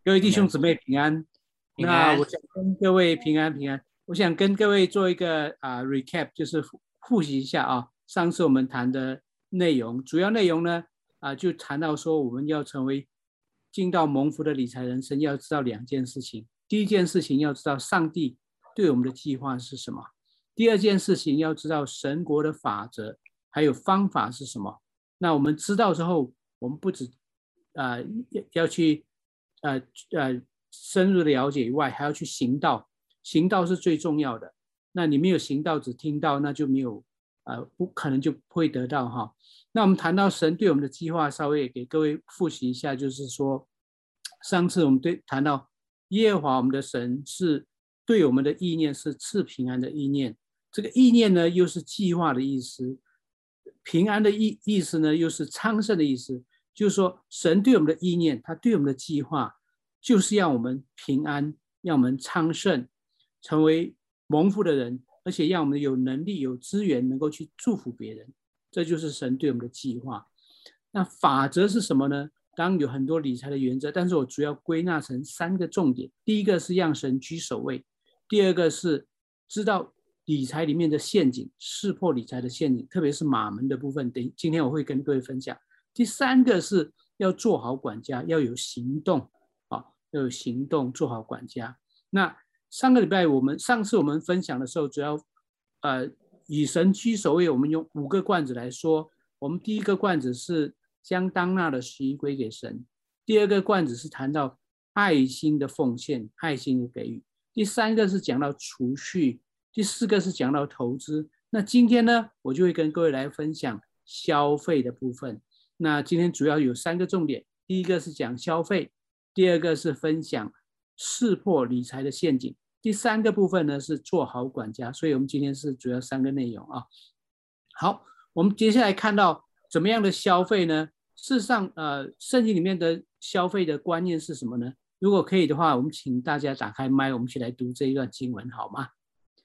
各位弟兄姊妹平安。 平安。 那我想跟各位平安。我想跟各位做一个recap， 就是复习一下啊，上次我们谈的内容，主要内容呢就谈到说我们要成为进到蒙福的理财人生，要知道2件事情。第一件事情要知道上帝对我们的计划是什么，第二件事情要知道神国的法则还有方法是什么。那我们知道之后，我们不止要去深入的了解以外，还要去行道，行道是最重要的。那你没有行道，只听到，那就没有不可能就不会得到哈。那我们谈到神对我们的计划，稍微给各位复习一下，就是说上次我们谈到耶和华我们的神是对我们的意念是赐平安的意念，这个意念呢又是计划的意思，平安的意思呢又是昌盛的意思。就是说神对我们的意念，他对我们的计划就是要我们平安，让我们昌盛，成为蒙福的人，而且让我们有能力有资源能够去祝福别人，这就是神对我们的计划。那法则是什么呢？当然有很多理财的原则，但是我主要归纳成3个重点。第一个是让神居首位，第二个是知道理财里面的陷阱，识破理财的陷阱，特别是马门的部分，今天我会跟各位分享。第3个是要做好管家，要有行动要有行动，做好管家。那上个礼拜上次我们分享的时候，主要以神居首位，我们用5个罐子来说。我们第一个罐子是将当纳的10亿归给神，第二个罐子是谈到爱心的奉献，爱心的给予，第3个是讲到储蓄，第4个是讲到投资。那今天呢，我就会跟各位来分享消费的部分。那今天主要有3个重点，第一个是讲消费，第二个是分享识破理财的陷阱，第3个部分呢是做好管家。所以我们今天是主要3个内容啊。好，我们接下来看到怎么样的消费呢？事实上圣经里面的消费的观念是什么呢？如果可以的话，我们请大家打开麦，我们一起来读这一段经文好吗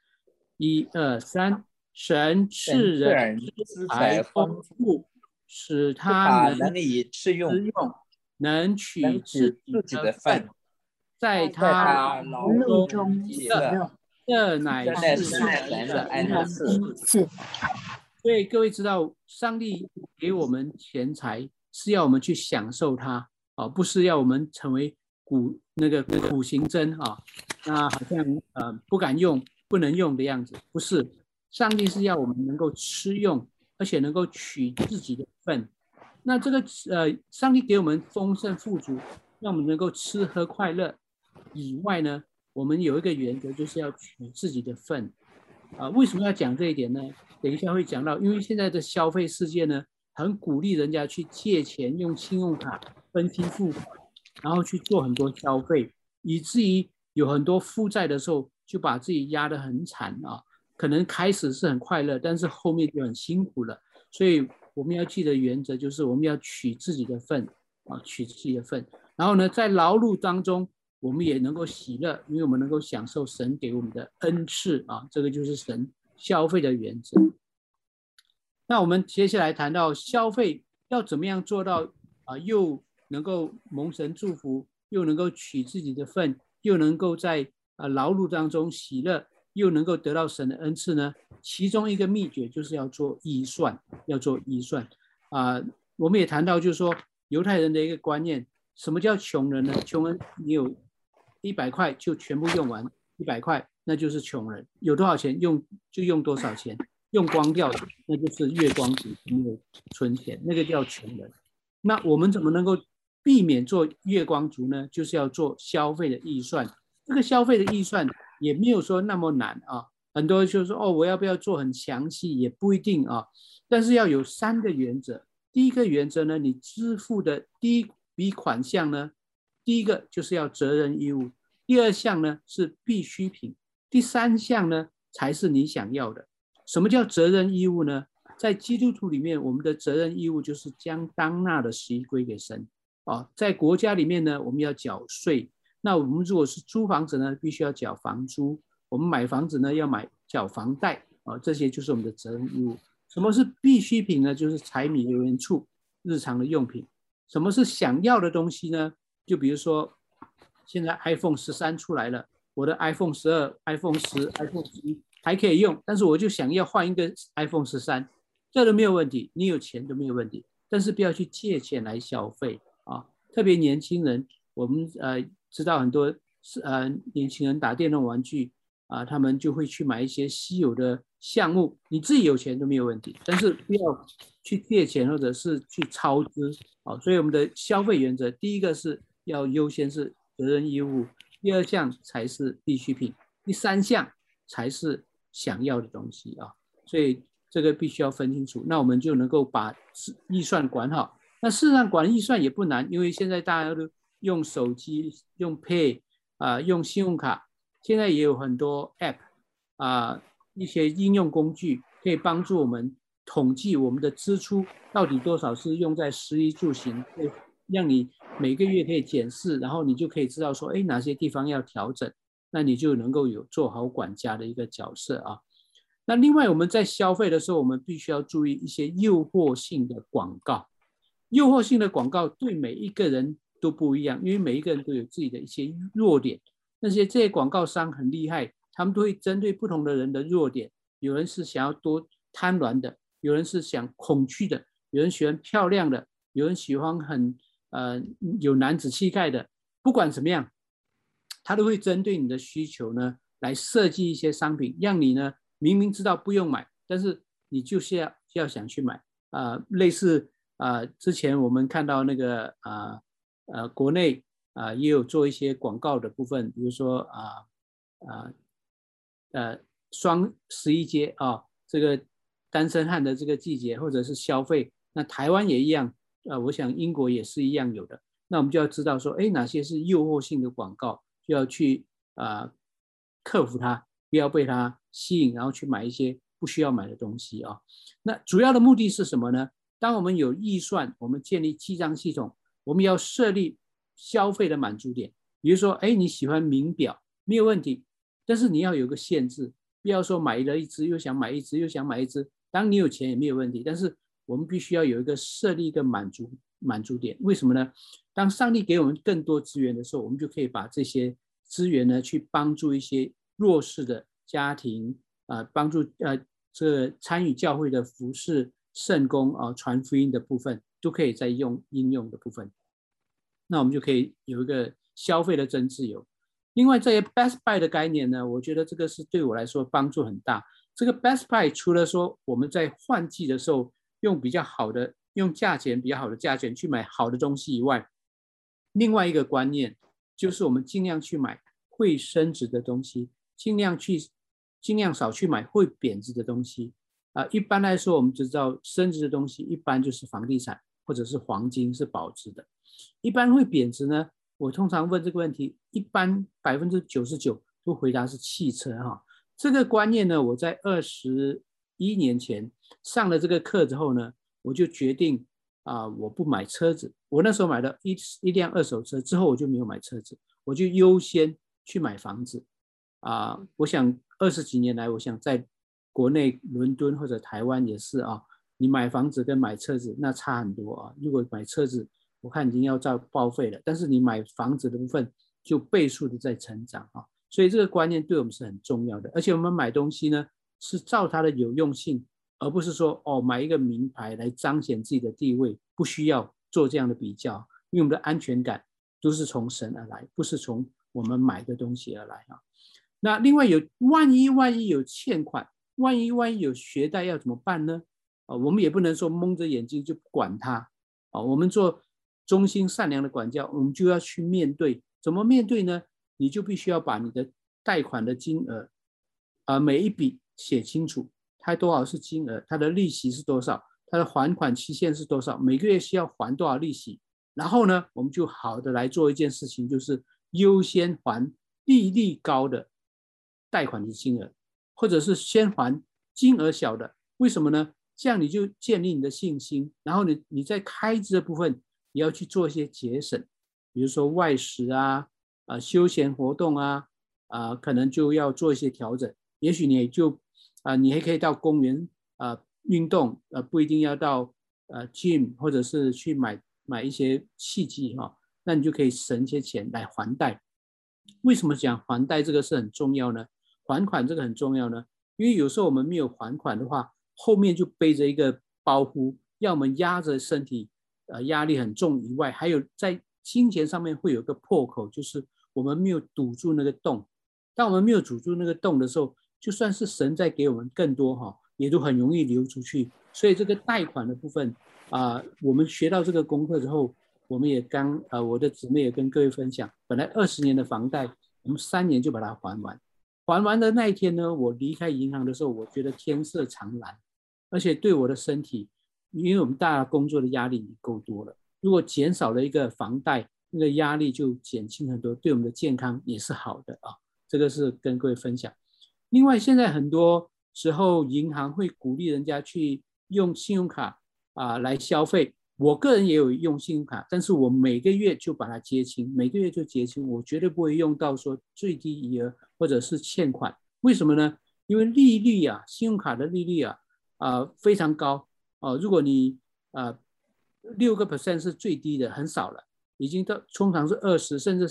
？1、2、3，神赐人资财丰富，使他能以吃用， 能取自己的份，在他劳碌中喜乐，这乃是神的恩赐。所以各位知道，上帝给我们钱财是要我们去享受它不是要我们成为苦行僧那好像不敢用、不能用的样子。不是，上帝是要我们能够吃用，而且能够取自己的份。那这个上帝给我们丰盛富足，让我们能够吃喝快乐以外呢，我们有一个原则，就是要取自己的份为什么要讲这一点呢？等一下会讲到，因为现在的消费世界呢，很鼓励人家去借钱，用信用卡分期付款，然后去做很多消费，以至于有很多负债的时候，就把自己压得很惨可能开始是很快乐，但是后面就很辛苦了。所以我们要记得原则就是我们要取自己的份取自己的份。然后呢，在劳碌当中，我们也能够喜乐，因为我们能够享受神给我们的恩赐这个就是神消费的原则。那我们接下来谈到消费要怎么样做到又能够蒙神祝福，又能够取自己的份，又能够在劳碌当中喜乐，又能够得到神的恩赐呢？其中一个秘诀就是要做预算，我们也谈到就是说犹太人的一个观念，什么叫穷人呢？穷人你有100块就全部用完，100块那就是穷人，有多少钱就用多少钱，用光掉的那就是月光族，没有存钱，那个叫穷人。那我们怎么能够避免做月光族呢？就是要做消费的预算。这个消费的预算也没有说那么难很多人就说我要不要做很详细，也不一定但是要有3个原则。第一个原则呢，你支付的第一笔款项呢，第一个就是要责任义务，第2项呢是必需品，第3项呢才是你想要的。什么叫责任义务呢？在基督徒里面，我们的责任义务就是将当纳的10亿归给神在国家里面呢，我们要缴税。那我们如果是租房子呢，必须要缴房租；我们买房子呢，要缴房贷这些就是我们的责任义务。什么是必需品呢？就是柴米油盐醋日常的用品。什么是想要的东西呢？就比如说现在 iPhone 13出来了，我的 iPhone 12、iPhone 10、iPhone 11还可以用，但是我就想要换一个 iPhone 13，这都没有问题，你有钱都没有问题，但是不要去借钱来消费啊，特别年轻人，我们知道很多年轻人打电动玩具他们就会去买一些稀有的项目，你自己有钱都没有问题，但是不要去借钱或者是去超支所以我们的消费原则，第一个是要优先是责任义务，第二项才是必需品，第三项才是想要的东西所以这个必须要分清楚，那我们就能够把预算管好。那事实上管预算也不难，因为现在大家都用手机、用 Pay 用信用卡，现在也有很多 App 一些应用工具可以帮助我们统计我们的支出到底多少是用在食衣住行，会让你每个月可以检视，然后你就可以知道说，哪些地方要调整，那你就能够有做好管家的一个角色那另外我们在消费的时候，我们必须要注意一些诱惑性的广告。诱惑性的广告对每一个人都不一样，因为每一个人都有自己的一些弱点。这些广告商很厉害，他们都会针对不同的人的弱点。有人是想要多贪婪的，有人是想恐惧的，有人喜欢漂亮的，有人喜欢很有男子气概的。不管怎么样，他都会针对你的需求呢来设计一些商品，让你呢明明知道不用买，但是你就是要想去买类似之前我们看到那个国内也有做一些广告的部分，比如说双11节这个单身汉的这个季节，或者是消费，那台湾也一样我想英国也是一样有的。那我们就要知道说，哪些是诱惑性的广告，就要去克服它，不要被它吸引，然后去买一些不需要买的东西那主要的目的是什么呢？当我们有预算，我们建立记账系统，我们要设立消费的满足点。比如说，你喜欢名表，没有问题，但是你要有个限制，不要说买了一只又想买一只又想买一只。当你有钱也没有问题，但是我们必须要有一个设立一个满足点。为什么呢？当上帝给我们更多资源的时候，我们就可以把这些资源呢去帮助一些弱势的家庭帮助这个参与教会的服事、圣工传福音的部分，都可以在应用的部分。那我们就可以有一个消费的真自由。另外，这些 Best Buy 的概念呢，我觉得这个是对我来说帮助很大。这个 Best Buy 除了说我们在换季的时候用价钱比较好的价钱去买好的东西以外，另外一个观念就是我们尽量去买会升值的东西，尽量少去买会贬值的东西一般来说，我们知道升值的东西一般就是房地产或者是黄金是保值的。一般会贬值呢，我通常问这个问题，一般99%都回答是汽车这个观念呢，我在21年前上了这个课之后呢，我就决定我不买车子。我那时候买了一辆二手车之后，我就没有买车子，我就优先去买房子我想20几年来，我想在国内伦敦或者台湾也是你买房子跟买车子那差很多如果买车子我看已经要报废了，但是你买房子的部分就倍数的在成长所以这个观念对我们是很重要的。而且我们买东西呢是照它的有用性，而不是说买一个名牌来彰显自己的地位，不需要做这样的比较，因为我们的安全感都是从神而来，不是从我们买的东西而来那另外万一有欠款，万一有学贷要怎么办呢我们也不能说蒙着眼睛就不管它我们做忠心善良的管教，我们就要去面对。怎么面对呢？你就必须要把你的贷款的金额每一笔写清楚，它多少是金额，它的利息是多少，它的还款期限是多少，每个月需要还多少利息。然后呢，我们就好的来做一件事情，就是优先还利率高的贷款的金额，或者是先还金额小的。为什么呢？这样你就建立你的信心，然后你在开支的部分也要去做一些节省，比如说外食休闲活动可能就要做一些调整。也许你还可以到公园运动不一定要到gym 或者是去买一些器具那你就可以省一些钱来还贷。 为什么讲还贷这个是很重要呢？还款这个很重要呢？因为有时候我们没有还款的话，后面就背着一个包袱，要我们压着身体，压力很重以外，还有在金钱上面会有个破口，就是我们没有堵住那个洞。当我们没有堵住那个洞的时候，就算是神在给我们更多哈，也都很容易流出去。所以这个贷款的部分我们学到这个功课之后，我们也我的姊妹也跟各位分享，本来20年的房贷，我们3年就把它还完。还完的那一天呢，我离开银行的时候，我觉得天色常蓝，而且对我的身体，因为我们大家工作的压力已经够多了，如果减少了一个房贷，那个压力就减轻很多，对我们的健康也是好的啊。这个是跟各位分享。另外，现在很多时候银行会鼓励人家去用信用卡来消费。我个人也有用信用卡，但是我每个月就把它结清，每个月就结清，我绝对不会用到说最低余额或者是欠款。为什么呢？因为利率信用卡的利率非常高如果你6% 是最低的，很少了，已经到通常是20甚至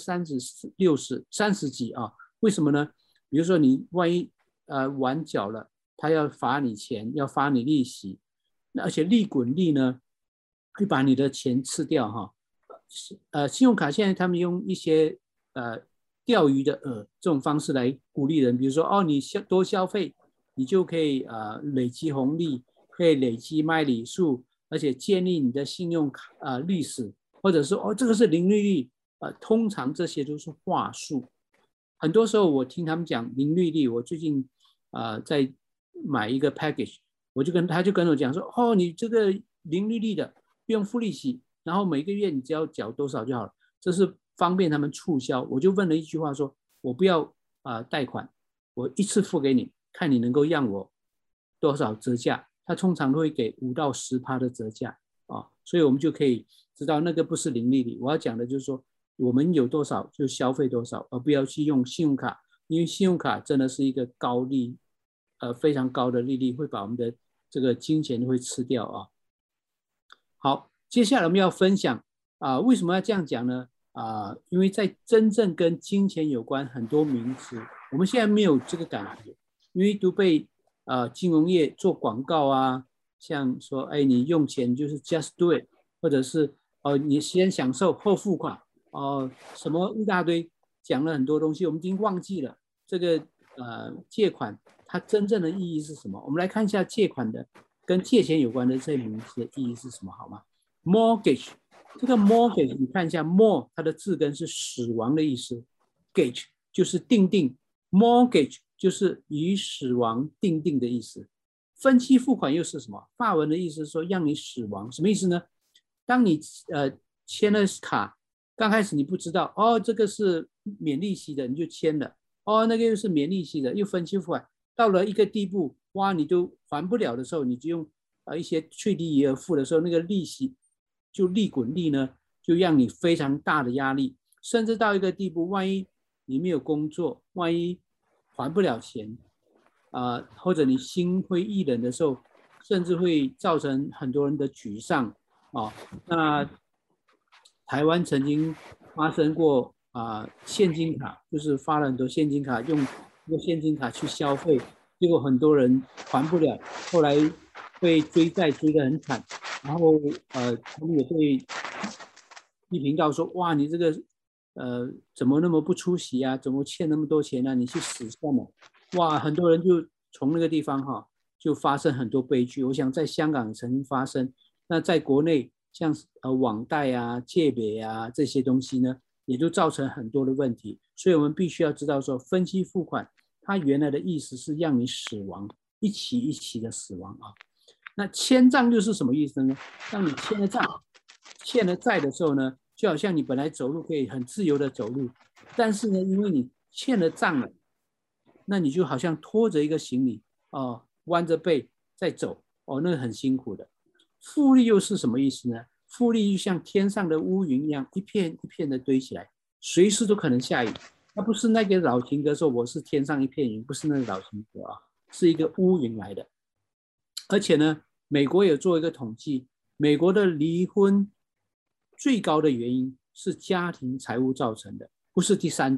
30、60、30几为什么呢？比如说你万一晚缴了，他要罚你钱，要罚你利息，而且利滚利呢，会把你的钱吃掉信用卡现在他们用一些钓鱼的饵这种方式来鼓励人，比如说你多消费，你就可以累积红利，可以累积麦里数，而且建立你的信用卡历史，或者是这个是零利率通常这些都是话术。很多时候我听他们讲零利率，我最近在买一个 package， 他就跟我讲说你这个零利率的不用付利息，然后每个月你只要缴多少就好了，这是方便他们促销。我就问了一句话说，我不要贷款，我一次付给你，看你能够让我多少折价。他通常都会给5到10%的折价所以我们就可以知道那个不是零利率。我要讲的就是说，我们有多少就消费多少，而不要去用信用卡，因为信用卡真的是一个高利非常高的利率，会把我们的这个金钱会吃掉好，接下来我们要分享为什么要这样讲呢？因为在真正跟金钱有关很多名词，我们现在没有这个感觉，因为都被金融业做广告像说你用钱就是 just do it， 或者是你先享受后付款什么一大堆，讲了很多东西，我们已经忘记了这个借款它真正的意义是什么。我们来看一下借款的跟借钱有关的这些名词的意义是什么好吗？ Mortgage， 这个 mortgage 你看一下 more 它的字根是死亡的意思， gage 就是定 mortgage 就是与死亡定的意思。分期付款又是什么？法文的意思是说让你死亡，什么意思呢？当你签了卡，刚开始你不知道这个是免利息的，你就签了那个又是免利息的，又分期付款，到了一个地步你都还不了的时候，你就用一些最低余额付的时候，那个利息就利滚利呢，就让你非常大的压力，甚至到一个地步，万一你没有工作，万一还不了钱或者你心灰意冷的时候，甚至会造成很多人的沮丧那台湾曾经发生过现金卡，就是发了很多现金卡，用这个现金卡去消费，结果很多人还不了，后来被追债追得很惨，然后他们也被批评到说，哇，你这个怎么那么不出息怎么欠那么多钱你去死算了。哇，很多人就从那个地方就发生很多悲剧。我想在香港曾经发生，那在国内像网贷借别这些东西呢，也就造成很多的问题。所以我们必须要知道说，分期付款它原来的意思是让你死亡，一起一起的死亡那欠账又是什么意思呢？当你欠了账、欠了债的时候呢，就好像你本来走路可以很自由的走路，但是呢，因为你欠了账了，那你就好像拖着一个行李弯着背在走那个很辛苦的。复利又是什么意思呢？复利就像天上的乌云一样，一片一片的堆起来，随时都可能下雨。它不是那个老情歌说我是天上一片云，不是那个老情歌是一个乌云来的。而且呢，美国有做一个统计，美国的离婚最高的原因是家庭财务造成的，不是第三者。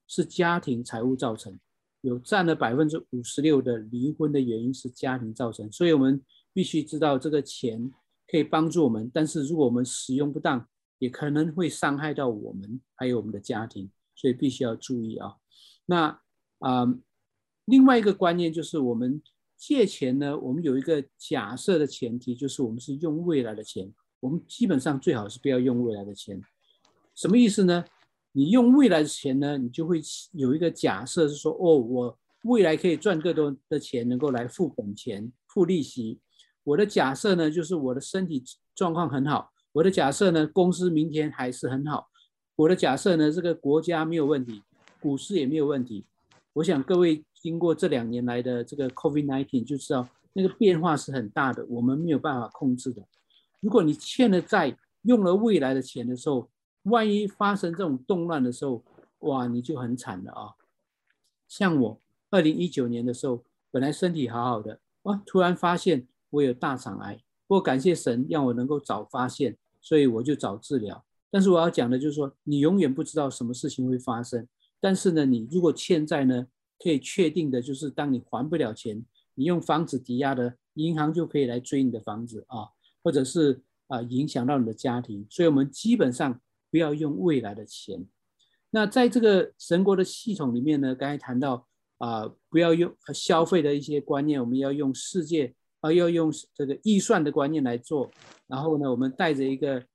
是家庭财务造成，有占了56%的离婚的原因是家庭造成。所以我们必须知道这个钱可以帮助我们，但是如果我们使用不当，也可能会伤害到我们还有我们的家庭，所以必须要注意啊。那另外一个观念就是我们借钱呢，我们有一个假设的前提，就是我们是用未来的钱，我们基本上最好是不要用未来的钱。什么意思呢？你用未来的钱呢，你就会有一个假设是说，哦，我未来可以赚更多的钱，能够来付本钱、付利息。我的假设呢，就是我的身体状况很好。我的假设呢，公司明天还是很好。我的假设呢，这个国家没有问题，股市也没有问题。我想各位经过这2年来的这个 COVID-19 就知道，那个变化是很大的，我们没有办法控制的。如果你欠了债，用了未来的钱的时候，万一发生这种动乱的时候，哇，你就很惨了啊！像我2019年的时候，本来身体好好的，哇，突然发现我有大肠癌。不过感谢神让我能够早发现，所以我就早治疗。但是我要讲的就是说，你永远不知道什么事情会发生。但是呢，你如果欠债呢，可以确定的就是，当你还不了钱，你用房子抵押的，银行就可以来追你的房子啊，或者是影响到你的家庭。所以我们基本上不要用未来的钱。那在这个神国的系统里面呢，刚才谈到不要用消费的一些观念，我们要用要用这个预算的观念来做。然后呢，我们带着一个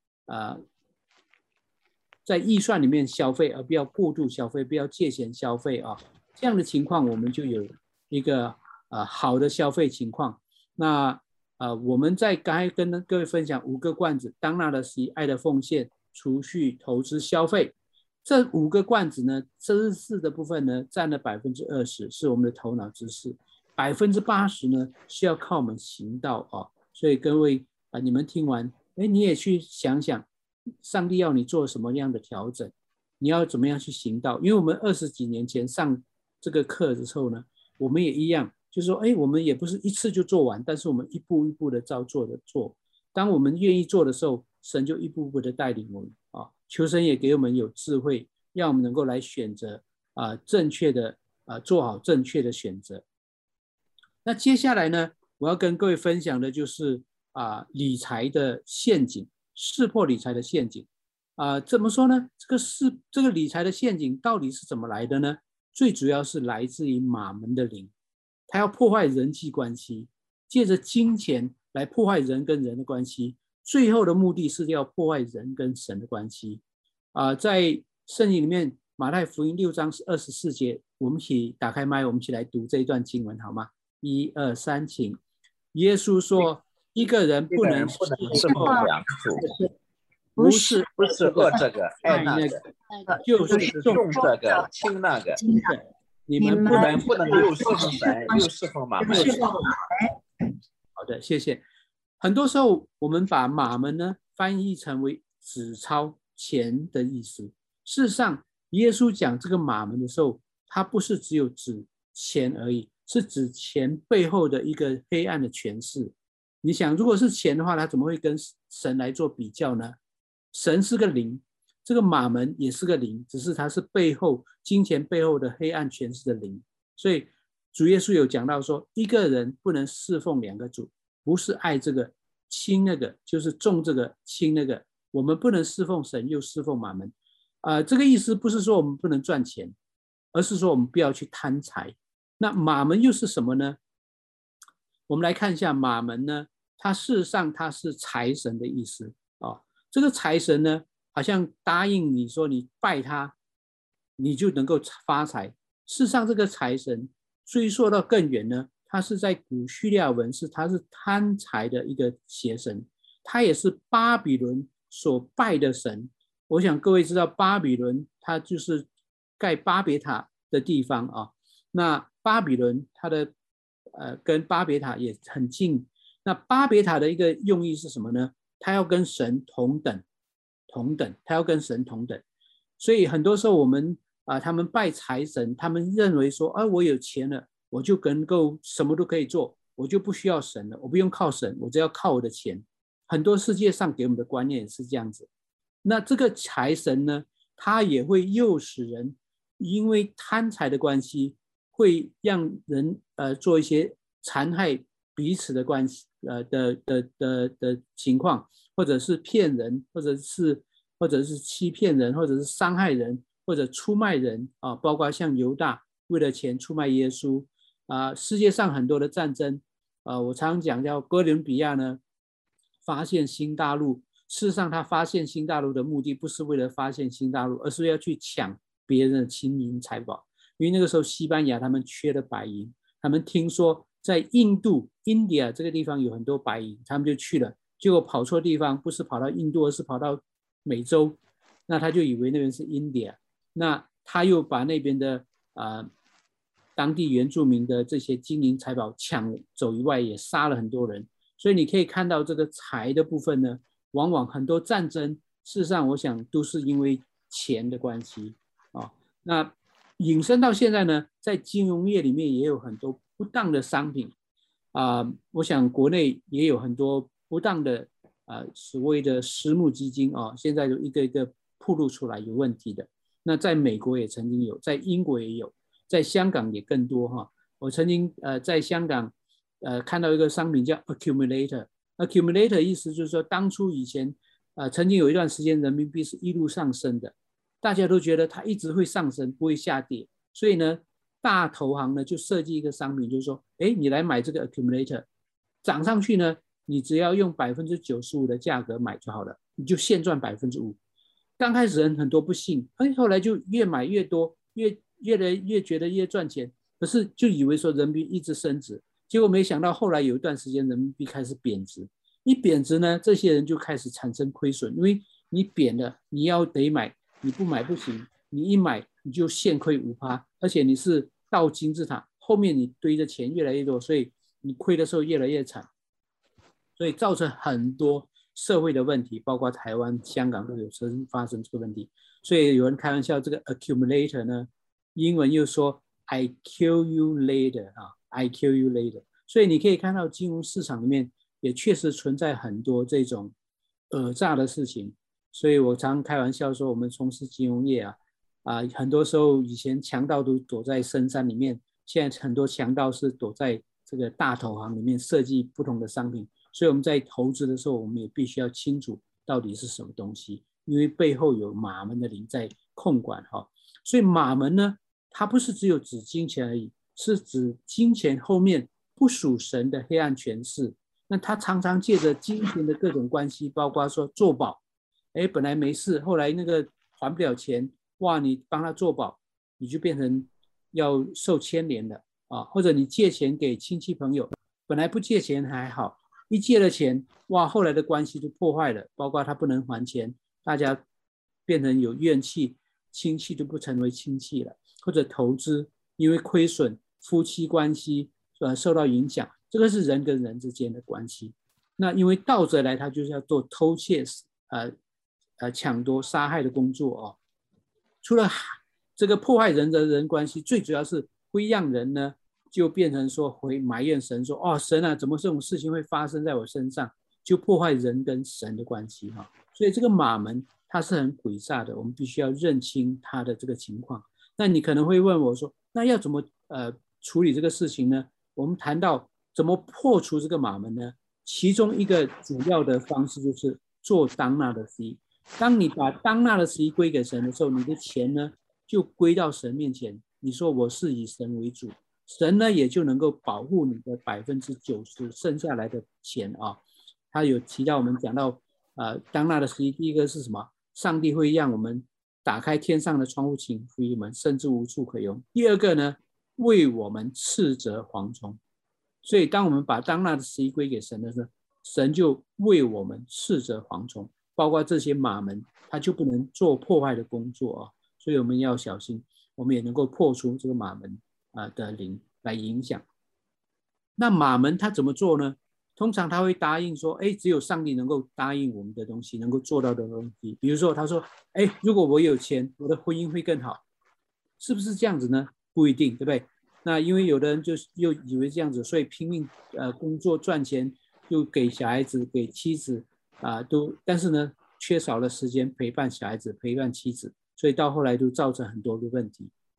在预算里面消费，而不要过度消费，不要借钱消费啊。这样的情况，我们就有一个好的消费情况。那我们在刚才跟各位分享5个罐子：当纳的喜、爱的奉献、储蓄、投资、消费。这5个罐子呢，知识的部分呢占了20%，是我们的头脑知识，80%呢是要靠我们行道啊。所以各位你们听完，你也去想想，上帝要你做什么样的调整，你要怎么样去行道？因为我们20几年前上这个课的时候呢，我们也一样，就是说，我们也不是一次就做完，但是我们一步一步的照做的做。当我们愿意做的时候，神就一步步的带领我们啊。求神也给我们有智慧，让我们能够来选择正确的做好正确的选择。那接下来呢，我要跟各位分享的就是理财的陷阱，识破理财的陷阱。怎么说呢？这个理财的陷阱到底是怎么来的呢？最主要是来自于马门的灵，他要破坏人际关系，借着金钱来破坏人跟人的关系，最后的目的是要破坏人跟神的关系。在圣经里面，马太福音6章24节，我们一起打开麦，我们一起来读这一段经文好吗？1、2、3，请。耶稣说：“一个人不能侍奉两主，不是恶这个爱那个，就是重这个轻那个。你们不能又侍奉神又侍奉马门。”好的，谢谢。很多时候我们把马门呢翻译成为纸钞、钱的意思。事实上，耶稣讲这个马门的时候，他不是只有指钱而已，是指钱背后的一个黑暗的权势。你想，如果是钱的话，他怎么会跟神来做比较呢？神是个灵，这个马门也是个灵，只是他是背后金钱背后的黑暗权势的灵。所以主耶稣有讲到说，一个人不能侍奉2个主，不是爱这个轻那个，就是重这个轻那个。我们不能侍奉神又侍奉马门。这个意思不是说我们不能赚钱，而是说我们不要去贪财。那马门又是什么呢？我们来看一下马门呢，它事实上它是财神的意思啊。这个财神呢，好像答应你说你拜他，你就能够发财。事实上，这个财神追溯到更远呢，他是在古叙利亚文他是贪财的一个邪神，他也是巴比伦所拜的神。我想各位知道，巴比伦它就是盖巴别塔的地方啊。那巴比伦它的跟巴别塔也很近。那巴别塔的一个用意是什么呢？他要跟神同等，他要跟神同等。所以很多时候我们他们拜财神，他们认为说，我有钱了，我就能够什么都可以做，我就不需要神了，我不用靠神，我只要靠我的钱。很多世界上给我们的观念也是这样子。那这个财神呢，他也会诱使人因为贪财的关系，会让人做一些残害彼此的关系的情况，或者是骗人，或者是欺骗人，或者是伤害人，或者出卖人啊，包括像犹大为了钱出卖耶稣啊，世界上很多的战争我常常讲叫哥伦比亚呢发现新大陆，事实上他发现新大陆的目的不是为了发现新大陆，而是要去抢别人的金银财宝。因为那个时候西班牙他们缺了白银，他们听说在印度 India 这个地方有很多白银，他们就去了，结果跑错地方，不是跑到印度，而是跑到美洲，那他就以为那边是 India， 那他又把那边的当地原住民的这些金银财宝抢走以外，也杀了很多人。所以你可以看到这个财的部分呢，往往很多战争，事实上我想都是因为钱的关系啊。那引申到现在呢，在金融业里面也有很多不当的商品我想国内也有很多不当的所谓的私募基金现在就一个一个暴露出来有问题的。那在美国也曾经有，在英国也有，在香港也更多我曾经在香港看到一个商品叫 accumulator 意思就是说当初以前曾经有一段时间人民币是一路上升的，大家都觉得它一直会上升不会下跌，所以呢大投行呢就设计一个商品，就是说你来买这个 accumulator， 涨上去呢你只要用95%的价格买就好了，你就现赚5%。刚开始人很多不信，后来就越买越多，越来越觉得越赚钱，可是就以为说人民币一直升值，结果没想到后来有一段时间人民币开始贬值，一贬值呢这些人就开始产生亏损，因为你贬了你要得买，你不买不行，你一买你就现亏5%，而且你是倒金字塔，后面你堆的钱越来越多，所以你亏的时候越来越惨，所以造成很多社会的问题，包括台湾、香港都有发生这个问题。所以有人开玩笑，这个 accumulator 呢，英文又说 I kill you later I kill you later。所以你可以看到金融市场里面也确实存在很多这种讹诈的事情。所以我常开玩笑说，我们从事金融业很多时候以前强盗都躲在深山里面，现在很多强盗是躲在这个大投行里面设计不同的商品。所以我们在投资的时候，我们也必须要清楚到底是什么东西，因为背后有马门的灵在控管所以马门呢，它不是只有指金钱而已，是指金钱后面不属神的黑暗权势。那他常常借着金钱的各种关系，包括说做保，本来没事，后来那个还不了钱，哇，你帮他做保，你就变成要受牵连的或者你借钱给亲戚朋友，本来不借钱还好，一借了钱，哇，后来的关系就破坏了，包括他不能还钱，大家变成有怨气，亲戚就不成为亲戚了，或者投资因为亏损，夫妻关系受到影响，这个是人跟人之间的关系。那因为盗贼来，他就是要做偷窃、抢夺、杀害的工作除了这个破坏人的人关系，最主要是会让人呢就变成说会埋怨神，说神啊，怎么这种事情会发生在我身上，就破坏人跟神的关系所以这个马门它是很诡诈的，我们必须要认清它的这个情况。那你可能会问我说，那要怎么处理这个事情呢？我们谈到怎么破除这个马门呢？其中一个主要的方式就是做当纳的 C。当你把当纳的 C 归给神的时候，你的钱呢就归到神面前。你说我是以神为主，神呢也就能够保护你的90%剩下来的钱他有提到我们讲到当纳的 C， 第一个是什么？上帝会让我们打开天上的窗户，请福音门，甚至无处可用。第二个呢，为我们斥责蝗虫。所以当我们把当纳的11归给神的时候，神就为我们斥责蝗虫，包括这些马门，他就不能做破坏的工作所以我们要小心，我们也能够破除这个马门的灵来影响。那马门他怎么做呢？通常他会答应说，只有上帝能够答应我们的东西，能够做到的东西。比如说他说，如果我有钱，我的婚姻会更好，是不是这样子呢？不一定，对不对？那因为有的人就又以为这样子，所以拼命工作赚钱，又给小孩子给妻子但是呢缺少了时间陪伴小孩子陪伴妻子，所以到后来都造成很多的问题。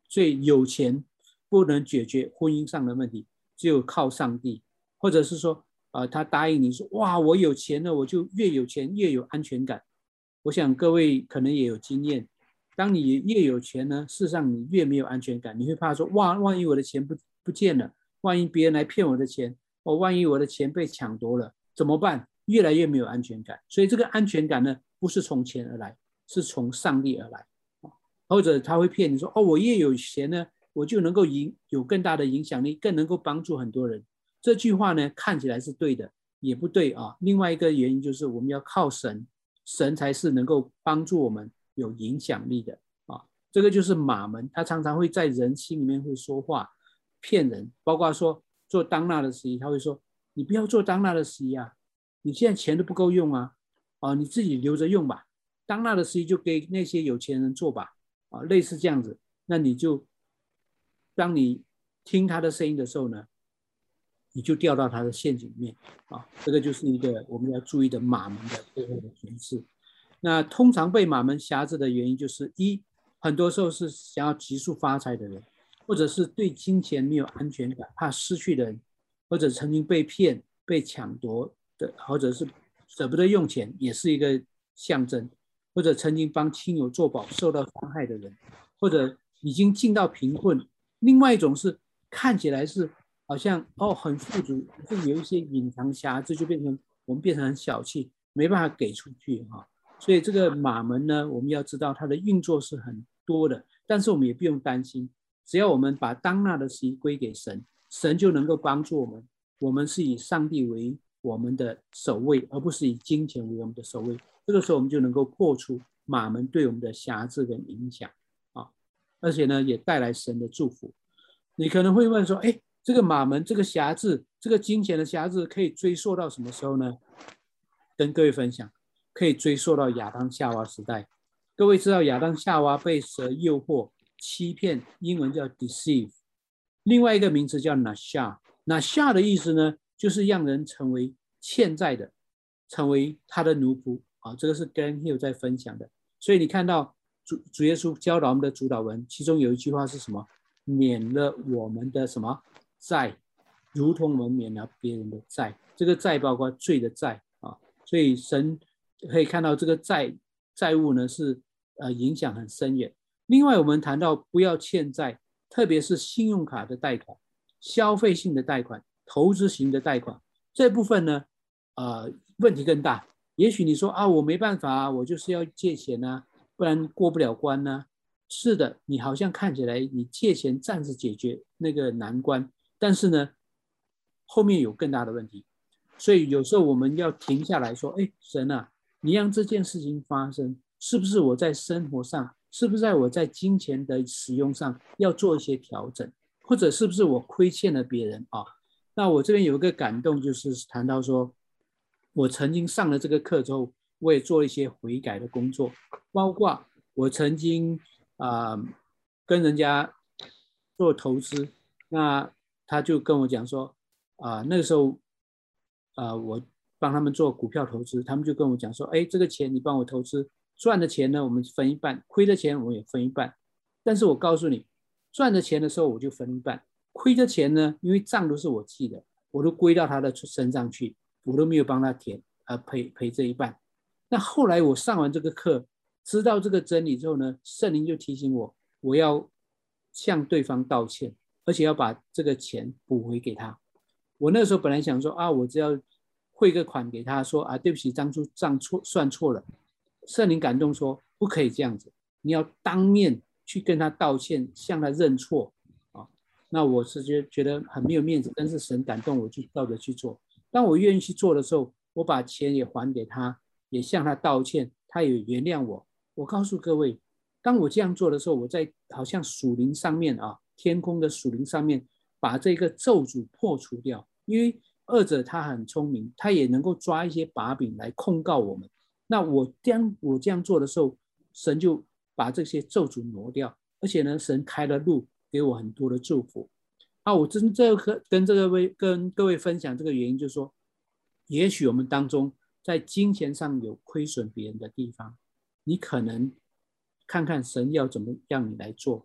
所以有钱不能解决婚姻上的问题，只有靠上帝。或者是说，他答应你说，哇，我有钱了，我就越有钱越有安全感。我想各位可能也有经验，当你越有钱呢，事实上你越没有安全感，你会怕说，哇，万一我的钱不见了，万一别人来骗我的钱，万一我的钱被抢夺了，怎么办？越来越没有安全感。所以这个安全感呢，不是从钱而来，是从上帝而来。或者他会骗你说，我越有钱呢，我就能够有更大的影响力，更能够帮助很多人。这句话呢，看起来是对的，也不对啊。另外一个原因就是我们要靠神，神才是能够帮助我们有影响力的啊。这个就是马门，他常常会在人心里面会说话，骗人。包括说做当纳的司仪，他会说，你不要做当纳的司仪啊，你现在钱都不够用啊，你自己留着用吧。当纳的司仪就给那些有钱人做吧，类似这样子。那你就当你听他的声音的时候呢，你就掉到他的陷阱里面啊。这个就是一个我们要注意的马门的背后的形式。那通常被马门辖制的原因就是很多时候是想要急速发财的人，或者是对金钱没有安全感，怕失去的人，或者曾经被骗、被抢夺的，或者是舍不得用钱，也是一个象征。或者曾经帮亲友做保受到伤害的人，或者已经进到贫困。另外一种是看起来是好像很富足，可是有一些隐藏瑕疵，就我们变成很小气，没办法给出去哈。所以这个马门呢，我们要知道它的运作是很多的，但是我们也不用担心，只要我们把当纳的事归给神，神就能够帮助我们。我们是以上帝为我们的首位，而不是以金钱为我们的首位。这个时候我们就能够破除马门对我们的辖制跟影响啊，而且呢也带来神的祝福。你可能会问说，这个马门这个辖制，这个金钱的辖制可以追溯到什么时候呢？跟各位分享，可以追溯到亚当夏娃时代。各位知道亚当夏娃被蛇诱惑、欺骗，英文叫 deceive， 另外一个名词叫 nasha。nasha 的意思呢，就是让人成为欠债的，成为他的奴仆。这个是 Glenn Hill 在分享的。所以你看到主耶稣教导我们的主导文，其中有一句话是什么？免了我们的什么债，如同我们免了别人的债。这个债包括罪的债啊。所以神可以看到这个债务呢是影响很深远。另外我们谈到不要欠债，特别是信用卡的贷款、消费性的贷款、投资型的贷款这部分呢，问题更大。也许你说我没办法我就是要借钱不然过不了关是的，你好像看起来你借钱暂时解决那个难关，但是呢，后面有更大的问题。所以有时候我们要停下来说，神啊，你让这件事情发生，是不是我在生活上，是不是我在金钱的使用上要做一些调整，或者是不是我亏欠了别人那我这边有一个感动，就是谈到说，我曾经上了这个课之后，我也做一些悔改的工作，包括我曾经跟人家做投资，那他就跟我讲说，那个时候我帮他们做股票投资，他们就跟我讲说，这个钱你帮我投资，赚的钱呢我们分一半，亏的钱我们也分一半。但是我告诉你，赚的钱的时候我就分一半，亏的钱呢，因为账都是我记的，我都归到他的身上去，我都没有帮他赔这一半。那后来我上完这个课，知道这个真理之后呢，圣灵就提醒我，我要向对方道歉，而且要把这个钱补回给他。我那时候本来想说我只要汇个款给他说对不起，当初账算错了。圣灵感动说不可以这样子，你要当面去跟他道歉，向他认错那我是觉得很没有面子，但是神感动我，就照着去做。当我愿意去做的时候，我把钱也还给他，也向他道歉，他也原谅我。我告诉各位，当我这样做的时候，我在好像属灵上面天空的属灵上面把这个咒诅破除掉。因为恶者他很聪明，他也能够抓一些把柄来控告我们。那我这样做的时候，神就把这些咒诅挪掉，而且呢，神开了路给我很多的祝福。我跟各位分享这个原因，就是说，也许我们当中在金钱上有亏损别人的地方，你可能看看神要怎么让你来做。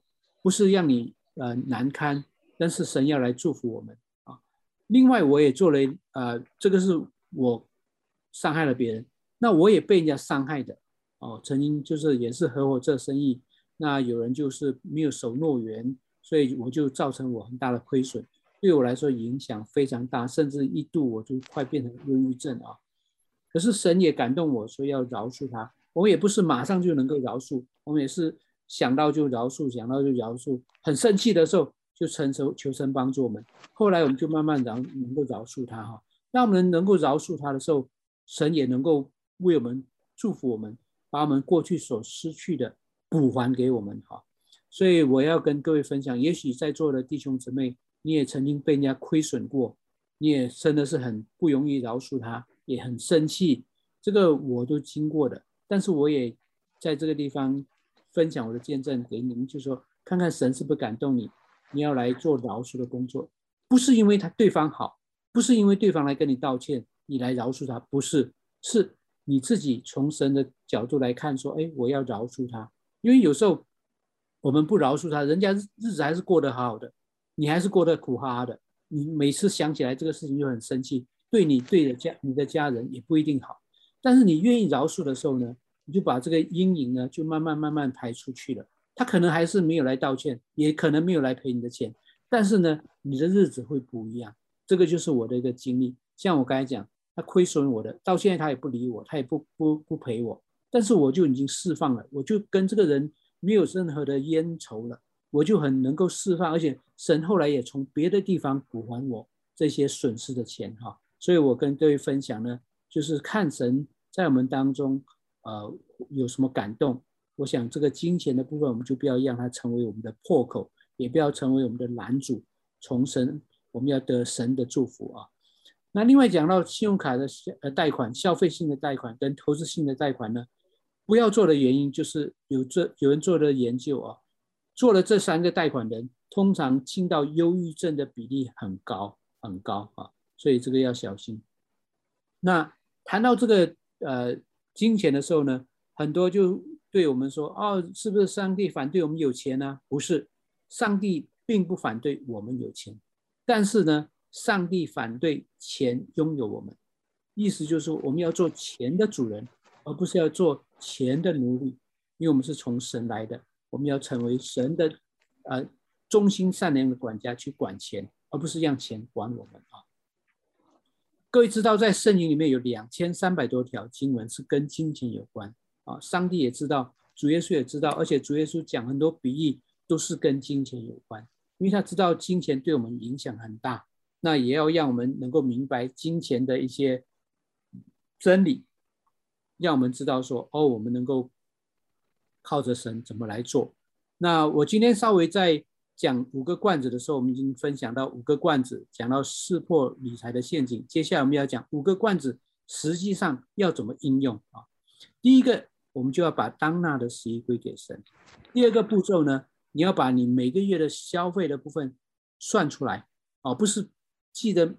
不是让你难堪，但是神要来祝福我们啊。另外我也做了这个是我伤害了别人，那我也被人家伤害的哦。曾经就是也是合伙做生意，那有人就是没有守诺言，所以我就造成我很大的亏损，对我来说影响非常大，甚至一度我就快变成忧郁症啊。可是神也感动我说要饶恕他，我们也不是马上就能够饶恕，我们也是想到就饶恕，想到就饶恕，很生气的时候就求神帮助我们。后来我们就慢慢能够饶恕他哈。当我们能够饶恕他的时候，神也能够为我们祝福我们，把我们过去所失去的补还给我们哈。所以我要跟各位分享，也许在座的弟兄姊妹，你也曾经被人家亏损过，你也真的是很不容易饶恕他，也很生气，这个我都经过的。但是我也在这个地方分享我的见证给你们，就说看看神是不是感动你，你要来做饶恕的工作，不是因为对方好，不是因为对方来跟你道歉，你来饶恕他，不是，是你自己从神的角度来看说，哎，我要饶恕他。因为有时候我们不饶恕他，人家日子还是过得好好的，你还是过得苦哈哈的，你每次想起来这个事情就很生气，对你你的家人也不一定好。但是你愿意饶恕的时候呢，你就把这个阴影呢就慢慢排出去了。他可能还是没有来道歉，也可能没有来赔你的钱，但是呢，你的日子会不一样。这个就是我的一个经历。像我刚才讲，他亏损我的，到现在他也不理我，他也不赔我，但是我就已经释放了，我就跟这个人没有任何的冤仇了，我就很能够释放，而且神后来也从别的地方补还我这些损失的钱哈。所以我跟各位分享呢，就是看神在我们当中有什么感动。我想这个金钱的部分，我们就不要让它成为我们的破口，也不要成为我们的拦阻。从神，我们要得神的祝福啊。那另外讲到信用卡的贷款，消费性的贷款跟投资性的贷款呢，不要做的原因就是有人做的研究啊，做了这3个贷款人，通常进到忧郁症的比例很高很高啊，所以这个要小心。那谈到这个金钱的时候呢，很多就对我们说，哦，是不是上帝反对我们有钱呢？不是，上帝并不反对我们有钱，但是呢，上帝反对钱拥有我们。意思就是说，我们要做钱的主人，而不是要做钱的奴隶，因为我们是从神来的，我们要成为神的忠心善良的管家去管钱，而不是让钱管我们啊。各位知道，在圣经里面有2300多条经文是跟金钱有关啊。上帝也知道，主耶稣也知道，而且主耶稣讲很多比喻都是跟金钱有关，因为他知道金钱对我们影响很大，那也要让我们能够明白金钱的一些真理，让我们知道说，哦，我们能够靠着神怎么来做。那我今天稍微在讲5个罐子的时候，我们已经分享到5个罐子，讲到识破理财的陷阱。接下来我们要讲5个罐子实际上要怎么应用啊？第一个，我们就要把当纳的10亿归给神。第二个步骤呢，你要把你每个月的消费的部分算出来啊，不是记得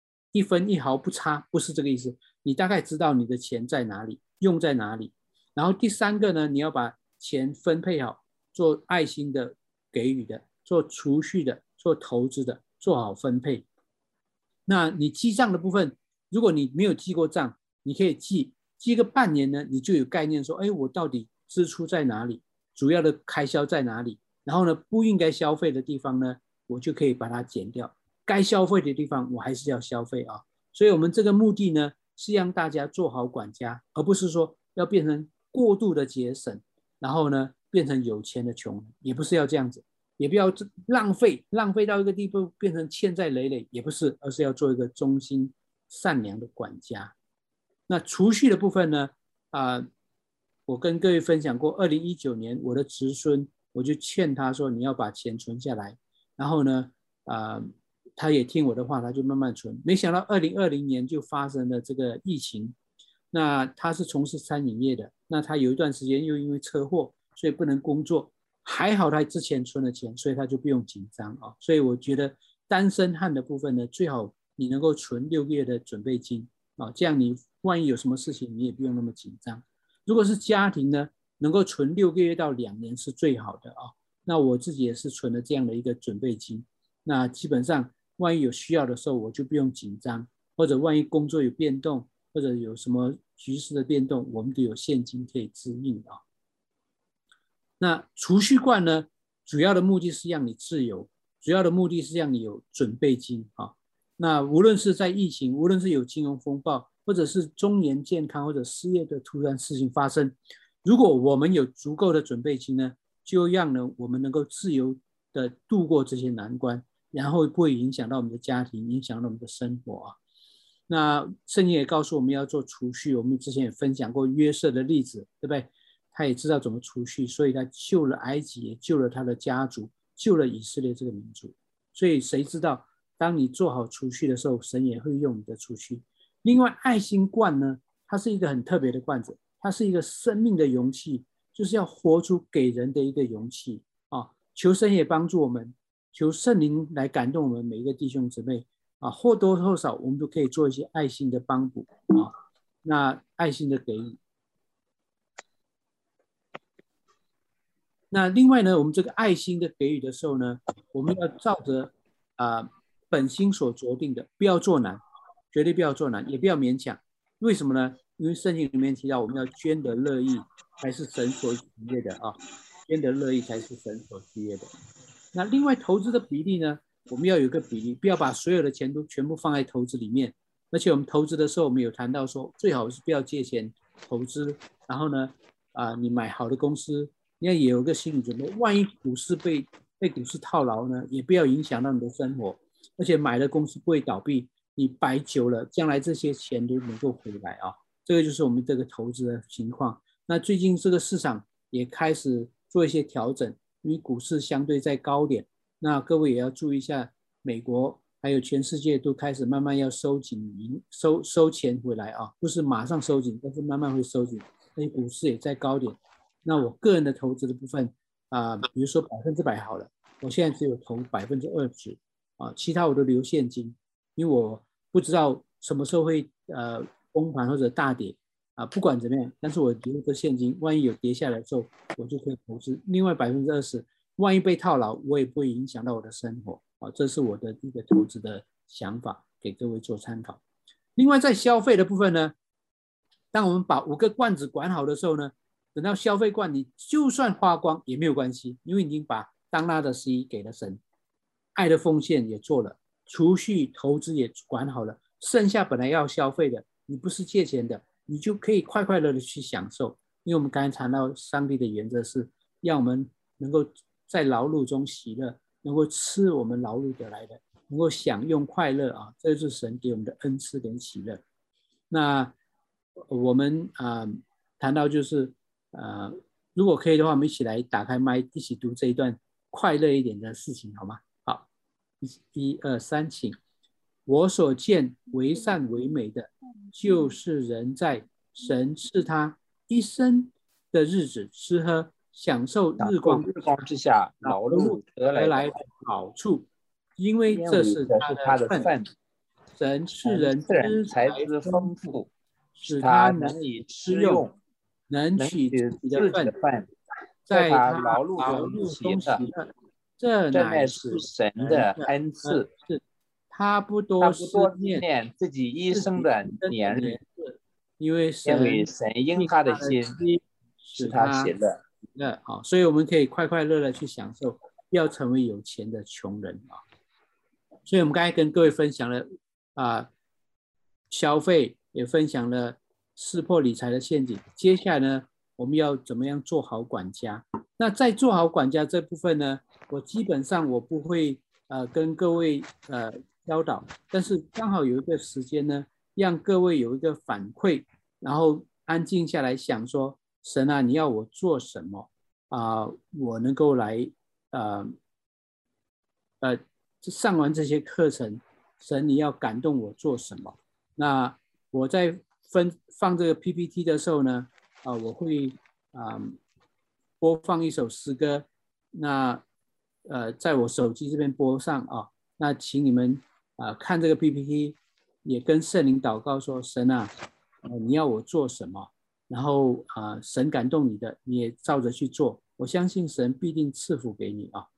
1分1毫不差，不是这个意思。你大概知道你的钱在哪里，用在哪里。然后第3个呢，你要把钱分配好，做爱心的给予的，做储蓄的，做投资的，做好分配。那你记账的部分，如果你没有记过账，你可以记个半年呢，你就有概念说，哎，我到底支出在哪里，主要的开销在哪里，然后呢，不应该消费的地方呢，我就可以把它减掉，该消费的地方我还是要消费啊。所以我们这个目的呢，是让大家做好管家，而不是说要变成过度的节省，然后呢变成有钱的穷人，也不是要这样子，也不要浪费到一个地步变成欠债累累，也不是，而是要做一个忠心善良的管家。那储蓄的部分呢，我跟各位分享过，2019年我的侄孙，我就劝他说你要把钱存下来，然后呢，他也听我的话，他就慢慢存。没想到2020年就发生了这个疫情，那他是从事餐饮业的，那他有一段时间又因为车祸，所以不能工作。还好他之前存了钱，所以他就不用紧张啊。所以我觉得单身汉的部分呢，最好你能够存6个月的准备金啊，这样你万一有什么事情，你也不用那么紧张。如果是家庭呢，能够存6个月到2年是最好的啊。 那我自己也是存了这样的一个准备金。那基本上万一有需要的时候，我就不用紧张，或者万一工作有变动，或者有什么局势的变动，我们都有现金可以支应啊。那储蓄罐呢，主要的目的是让你自由，主要的目的是让你有准备金啊。那无论是在疫情，无论是有金融风暴，或者是中年健康或者失业的突然事情发生，如果我们有足够的准备金呢，就让我们能够自由的度过这些难关，然后不会影响到我们的家庭，影响到我们的生活啊。那圣经也告诉我们要做储蓄，我们之前也分享过约瑟的例子，对不对？他也知道怎么储蓄，所以他救了埃及，也救了他的家族，救了以色列这个民族。所以谁知道，当你做好储蓄的时候，神也会用你的储蓄。另外，爱心罐呢，它是一个很特别的罐子，它是一个生命的容器，就是要活出给人的一个容器啊。求神也帮助我们，求圣灵来感动我们每一个弟兄姊妹啊，或多或少我们都可以做一些爱心的帮补啊，那爱心的给予。那另外呢，我们这个爱心的给予的时候呢，我们要照着本心所酌定的，不要做难，绝对不要做难，也不要勉强。为什么呢？因为圣经里面提到我们要捐得乐意，才是神所喜悦的啊，捐得乐意才是神所喜悦的。那另外投资的比例呢，我们要有一个比例，不要把所有的钱都全部放在投资里面。而且我们投资的时候，我们有谈到说，最好是不要借钱投资。然后呢，你买好的公司，你要也有个心理准备，万一股市被股市套牢呢，也不要影响到你的生活。而且买的公司不会倒闭，你摆久了，将来这些钱都能够回来啊。这个就是我们这个投资的情况。那最近这个市场也开始做一些调整，因为股市相对在高点，那各位也要注意一下，美国还有全世界都开始慢慢要收紧收钱回来啊，不是马上收紧，但是慢慢会收紧。那股市也在高点，那我个人的投资的部分比如说100%好了，我现在只有投20%啊，其他我都留现金，因为我不知道什么时候会崩盘或者大跌啊，不管怎么样，但是我留个现金，万一有跌下来的时候，我就可以投资。另外20%，万一被套牢，我也不会影响到我的生活啊，这是我的一个投资的想法，给各位做参考。另外在消费的部分呢，当我们把5个罐子管好的时候呢，等到消费罐你就算花光也没有关系，因为你已经把当纳的11给了神，爱的奉献也做了，储蓄投资也管好了，剩下本来要消费的，你不是借钱的，你就可以快快乐乐去享受。因为我们刚才谈到上帝的原则是让我们能够在劳碌中喜乐，能够吃我们劳碌得来的，能够享用快乐啊，这就是神给我们的恩赐跟喜乐。那我们谈到就是如果可以的话，我们一起来打开麦，一起读这一段快乐一点的事情，好吗？好，1、2、3，请。我所见为善为美的，就是人在神赐他一生的日子吃喝，享受日光之下劳碌得来的好处，因为这是他的份。神赐人财资丰富， 使他能以吃用， 能取自己的份， 在他劳碌碌中喜乐， 这乃是神的恩赐。 他不多思念自己一生的年日， 因为神因他的心使他喜乐。 所以我们可以快快乐乐去享受，不要成为有钱的穷人啊。所以我们刚才跟各位分享了消费，也分享了识破理财的陷阱。接下来呢，我们要怎么样做好管家？那在做好管家这部分呢，我基本上我不会跟各位教导，但是刚好有一个时间呢，让各位有一个反馈，然后安静下来想说，神啊，你要我做什么我能够来上完这些课程，神你要感动我做什么？那我在放这个 PPT 的时候呢，我会播放一首诗歌，那在我手机这边播上那请你们看这个 PPT， 也跟圣灵祷告说，神啊，你要我做什么？然后神感动你的，你也照着去做， 我相信神必定赐福给你啊。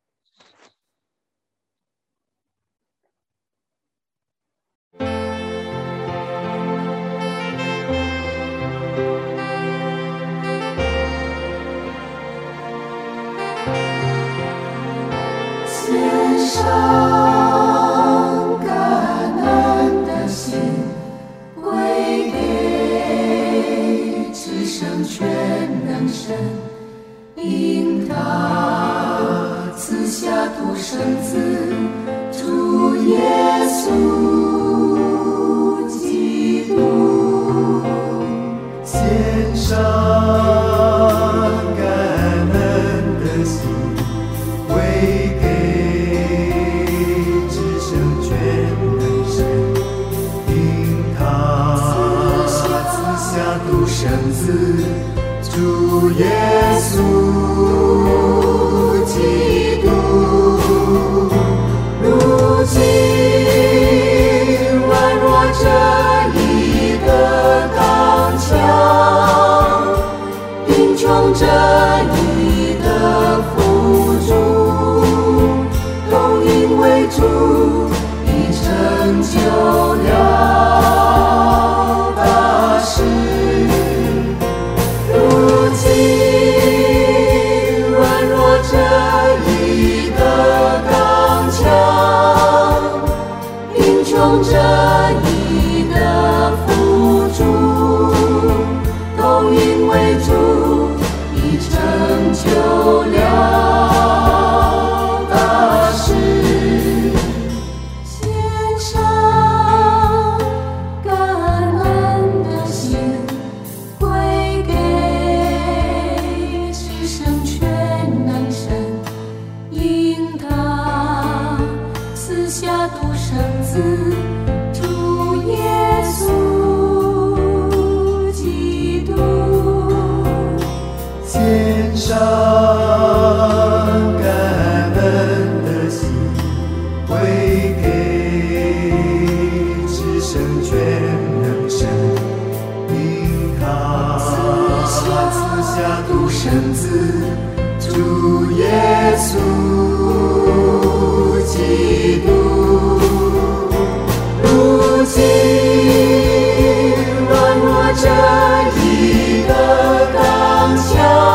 献上感恩的心，归给至圣全能神，因他赐下独生子主耶稣基督， 献上感恩的心，归给至圣全能神，因他赐下独生子主耶稣基督， 如今软弱这一个刚强，贫穷这一个辅助，都因为主已成就了大事。如今软弱这一个刚强，贫穷这一个辅助，都因为主已成就了大事。献上感恩的心，归给至圣全能神，因他赐下独生子主耶稣基督， 献上感恩的心，归给至圣全能神，因他赐下独生子主耶稣基督， 如今软弱这一个刚强，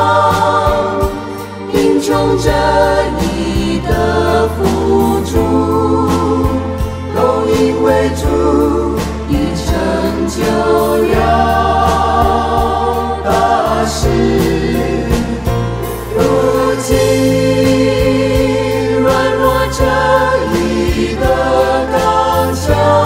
贫穷这一个辅助，都因为主已成就了大事。如今软弱这一个刚强，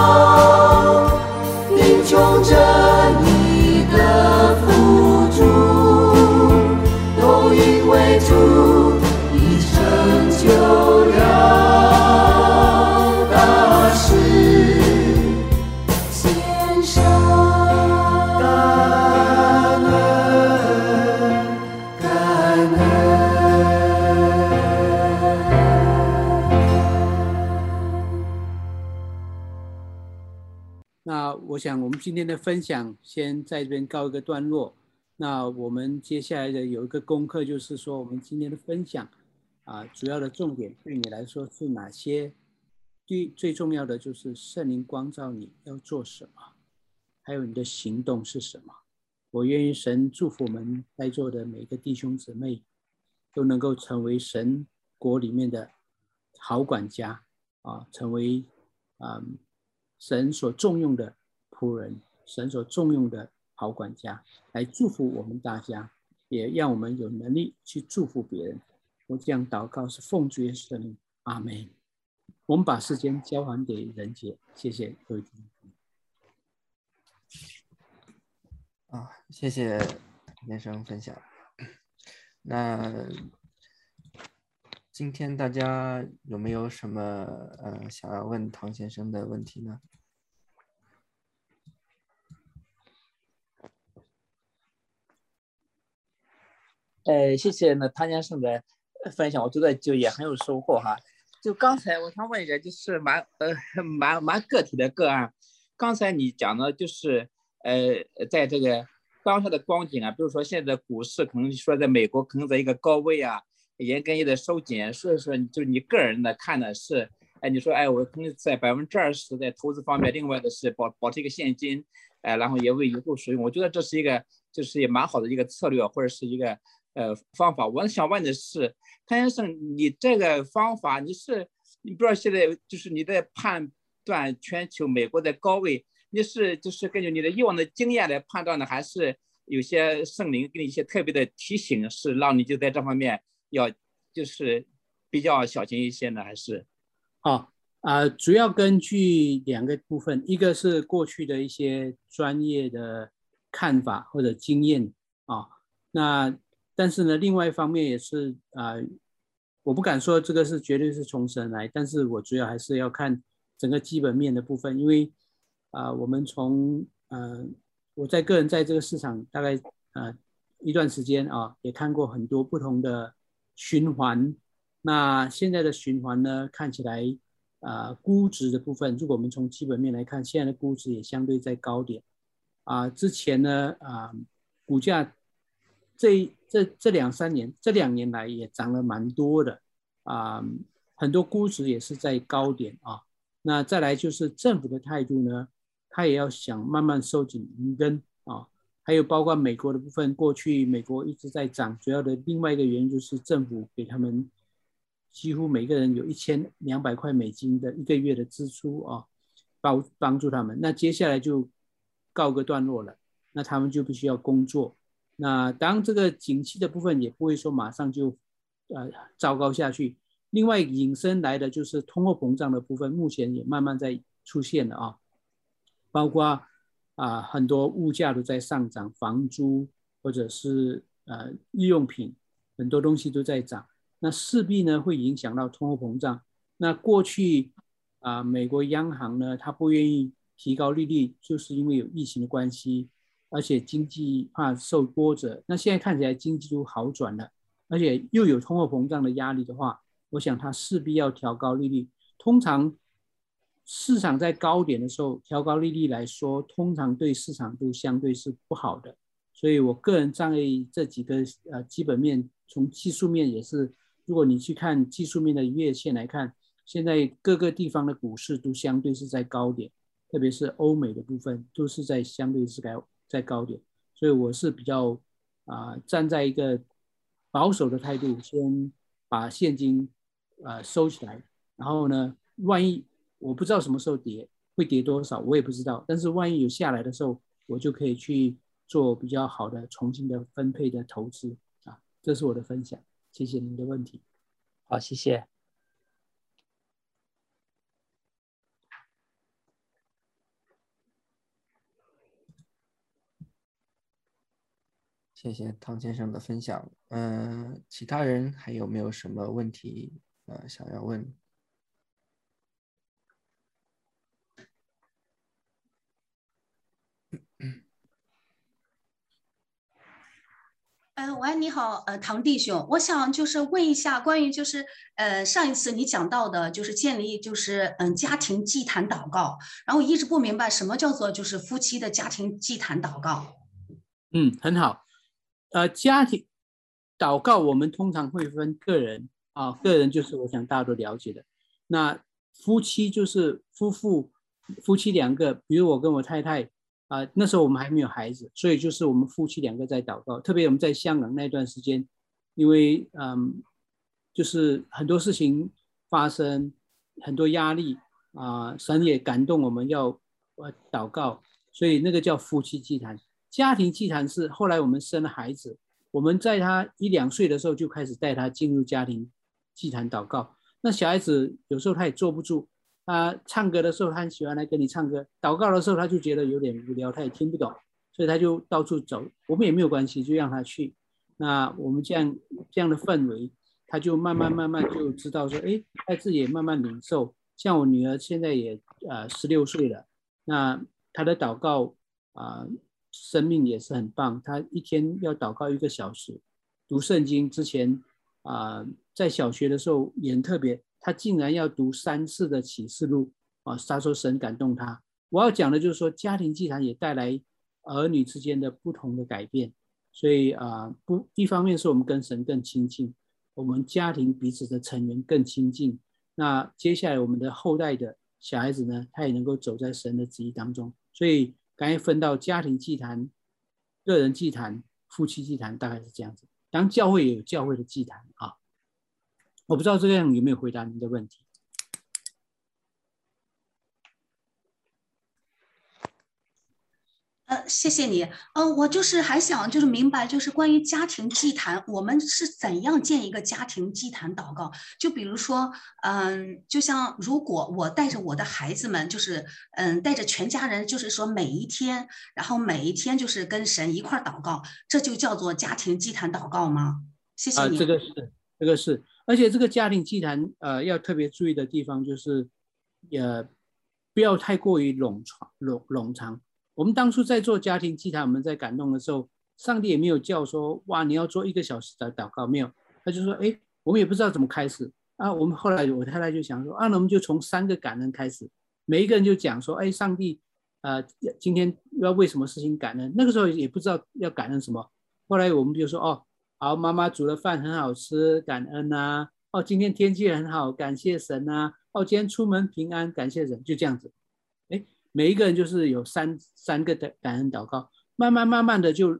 贫穷这一个辅助，都因为主已成就了大事。献上感恩感恩。 那我想我们今天的分享先在这边告一个段落。那我们接下来的有一个功课，就是说我们今天的分享主要的重点对你来说是哪些？最重要的就是圣灵光照你要做什么，还有你的行动是什么。我愿意神祝福我们在座的每一个弟兄姊妹都能够成为神国里面的好管家成为神所重用的仆人，神所重用的好管家，来祝福我们大家，也让我们有能力去祝福别人。我这样祷告是奉主耶稣的名，阿们。我们把时间交还给仁杰，谢谢各位弟兄。 谢谢唐先生分享。那今天大家有没有什么想要问唐先生的问题呢？ 谢谢唐先生的分享，我觉得就也很有收获哈。就刚才我想问一个，就是蛮个体的个案。刚才你讲的就是在这个当下的光景啊，比如说现在的股市可能说在美国可能在一个高位啊，严格意的收紧，所以说就是你个人的看的是，你说我可能在20%在投资方面，另外的是保持一个现金，然后也为以后使用，我觉得这是一个就是也蛮好的一个策略或者是一个方法。我想问的是，谭先生，你这个方法你不知道现在就是你在判断全球美国的高位，你是就是根据你的以往的经验来判断的，还是有些圣灵给你一些特别的提醒，是让你就在这方面要就是比较小心一些呢？还是？ 主要根据2个部分，一个是过去的一些专业的看法或者经验那但是呢，另外一方面也是我不敢说这个是绝对是从神来，但是我主要还是要看整个基本面的部分，因为我们从我个人在这个市场大概一段时间也看过很多不同的循环。那现在的循环呢，看起来估值的部分，如果我们从基本面来看，现在的估值也相对在高点之前呢股价这2-3年这2年来也涨了蛮多的很多估值也是在高点那再来就是政府的态度呢，他也要想慢慢收紧银根还有包括美国的部分，过去美国一直在涨，主要的另外一个原因就是政府给他们几乎每个人有$1200块的一个月的支出帮助他们。那接下来就告个段落了，那他们就必须要工作。那当这个景气的部分也不会说马上就糟糕下去。另外引申来的就是通货膨胀的部分，目前也慢慢在出现了包括很多物价都在上涨，房租或者是日用品，很多东西都在涨。那势必呢会影响到通货膨胀。那过去美国央行呢，它不愿意提高利率，就是因为有疫情的关系，而且经济怕受波折。那现在看起来经济都好转了，而且又有通货膨胀的压力的话，我想它势必要调高利率。通常市场在高点的时候调高利率来说，通常对市场都相对是不好的。所以我个人站在这几个基本面，从技术面也是，如果你去看技术面的月线来看，现在各个地方的股市都相对是在高点，特别是欧美的部分都是在相对是在高点。所以我是比较站在一个保守的态度，先把现金收起来，然后呢，万一我不知道什么时候跌，会跌多少我也不知道，但是万一有下来的时候，我就可以去做比较好的重新的分配的投资这是我的分享，谢谢您的问题。 好，谢谢。 谢谢汤先生的分享。其他人还有没有什么问题想要问？ 喂，你好，唐弟兄，我想就是问一下关于就是上一次你讲到的，就是建立就是家庭祭坛祷告，然后我一直不明白什么叫做就是夫妻的家庭祭坛祷告。 很好。家庭祷告我们通常会分个人个人就是我想大家都了解的。那夫妻就是夫妻2个，比如我跟我太太那时候我们还没有孩子，所以就是我们夫妻2个在祷告。特别我们在香港那段时间，因为就是很多事情发生，很多压力神也感动我们要祷告，所以那个叫夫妻祭坛。家庭祭坛是后来我们生了孩子，我们在他1-2岁的时候就开始带他进入家庭祭坛祷告。那小孩子有时候他也坐不住，他唱歌的时候他很喜欢来跟你唱歌，祷告的时候他就觉得有点无聊，他也听不懂，所以他就到处走，我们也没有关系，就让他去。那我们这样的氛围，他就慢慢就知道说他自己也慢慢领受。像我女儿现在也16岁了，那她的祷告生命也是很棒，他一天要祷告1个小时，读圣经之前在小学的时候也很特别，他竟然要读3次的启示录他说神感动他。我要讲的就是说，家庭祭坛也带来儿女之间的不同的改变。所以一方面是我们跟神更亲近，我们家庭彼此的成员更亲近。那接下来我们的后代的小孩子呢，他也能够走在神的旨意当中。所以刚才分到家庭祭坛、个人祭坛、夫妻祭坛，大概是这样子。当然教会也有教会的祭坛啊。我不知道这样有没有回答您的问题。 谢谢你。我就是还想就是明白，就是关于家庭祭坛，我们是怎样建一个家庭祭坛祷告？就比如说，就像如果我带着我的孩子们，就是带着全家人，就是说每一天，然后每一天就是跟神一块祷告，这就叫做家庭祭坛祷告吗？谢谢你。 这个是，而且这个家庭祭坛要特别注意的地方就是，不要太过于冗长。我们当初在做家庭祭坛，我们在感动的时候，上帝也没有叫说，哇，你要做1个小时的祷告，没有，他就说，哎，我们也不知道怎么开始啊。我们后来我太太就想说，那我们就从3个感恩开始，每一个人就讲说，哎，上帝，今天要为什么事情感恩？那个时候也不知道要感恩什么，后来我们就说，好，妈妈煮的饭很好吃，感恩啊。今天天气很好，感谢神啊。今天出门平安，感谢神，就这样子。每一个人就是有三个的感恩祷告，慢慢的就